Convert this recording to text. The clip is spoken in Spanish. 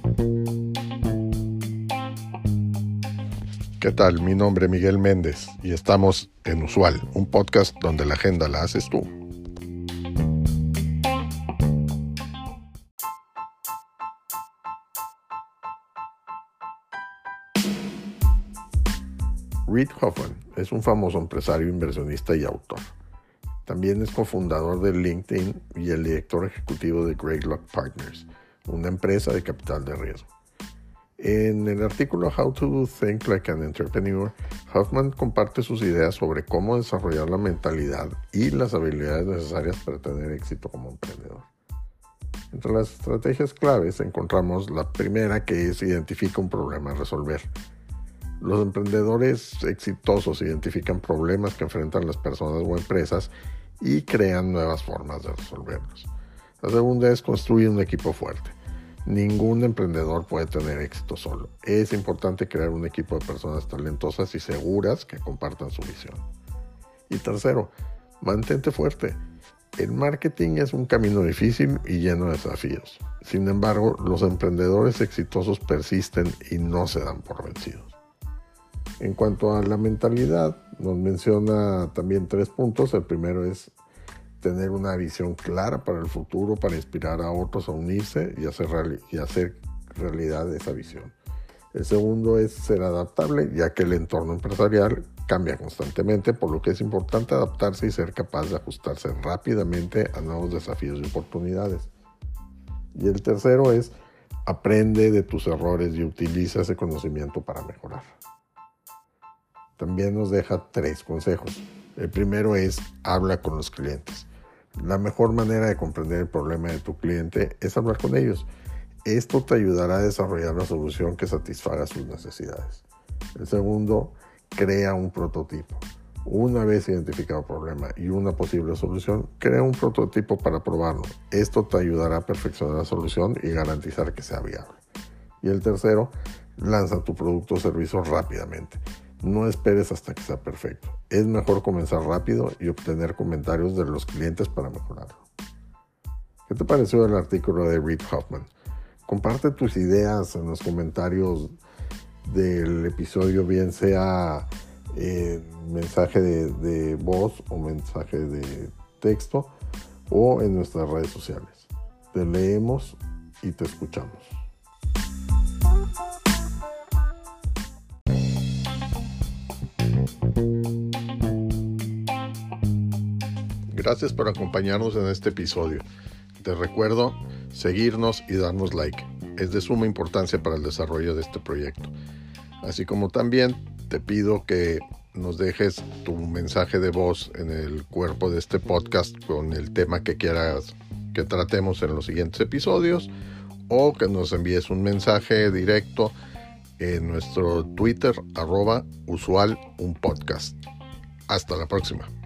¿Qué tal? Mi nombre es Miguel Méndez y estamos en Usual, un podcast donde la agenda la haces tú. Reid Hoffman es un famoso empresario, inversionista y autor. También es cofundador de LinkedIn y el director ejecutivo de Greylock Partners, una empresa de capital de riesgo. En el artículo How to Think Like an Entrepreneur, Hoffman comparte sus ideas sobre cómo desarrollar la mentalidad y las habilidades necesarias para tener éxito como emprendedor. Entre las estrategias claves encontramos la primera, que es identifica un problema a resolver. Los emprendedores exitosos identifican problemas que enfrentan las personas o empresas y crean nuevas formas de resolverlos. La segunda es construir un equipo fuerte. Ningún emprendedor puede tener éxito solo. Es importante crear un equipo de personas talentosas y seguras que compartan su visión. Y tercero, mantente fuerte. El marketing es un camino difícil y lleno de desafíos. Sin embargo, los emprendedores exitosos persisten y no se dan por vencidos. En cuanto a la mentalidad, nos menciona también 3 puntos. El primero es tener una visión clara para el futuro, para inspirar a otros a unirse y hacer realidad esa visión. El segundo es ser adaptable, ya que el entorno empresarial cambia constantemente, por lo que es importante adaptarse y ser capaz de ajustarse rápidamente a nuevos desafíos y oportunidades. Y el tercero es aprende de tus errores y utiliza ese conocimiento para mejorar. También nos deja 3 consejos. El primero es habla con los clientes. La mejor manera de comprender el problema de tu cliente es hablar con ellos. Esto te ayudará a desarrollar la solución que satisfaga sus necesidades. El segundo, crea un prototipo. Una vez identificado el problema y una posible solución, crea un prototipo para probarlo. Esto te ayudará a perfeccionar la solución y garantizar que sea viable. Y el tercero, lanza tu producto o servicio rápidamente. No esperes hasta que sea perfecto. Es mejor comenzar rápido y obtener comentarios de los clientes para mejorarlo. ¿Qué te pareció el artículo de Reid Hoffman? Comparte tus ideas en los comentarios del episodio, bien sea mensaje de voz o mensaje de texto, o en nuestras redes sociales. Te leemos y te escuchamos. Gracias por acompañarnos en este episodio. Te recuerdo seguirnos y darnos like. Es de suma importancia para el desarrollo de este proyecto. Así como también te pido que nos dejes tu mensaje de voz en el cuerpo de este podcast con el tema que quieras que tratemos en los siguientes episodios, o que nos envíes un mensaje directo en nuestro Twitter @usualunpodcast. Hasta la próxima.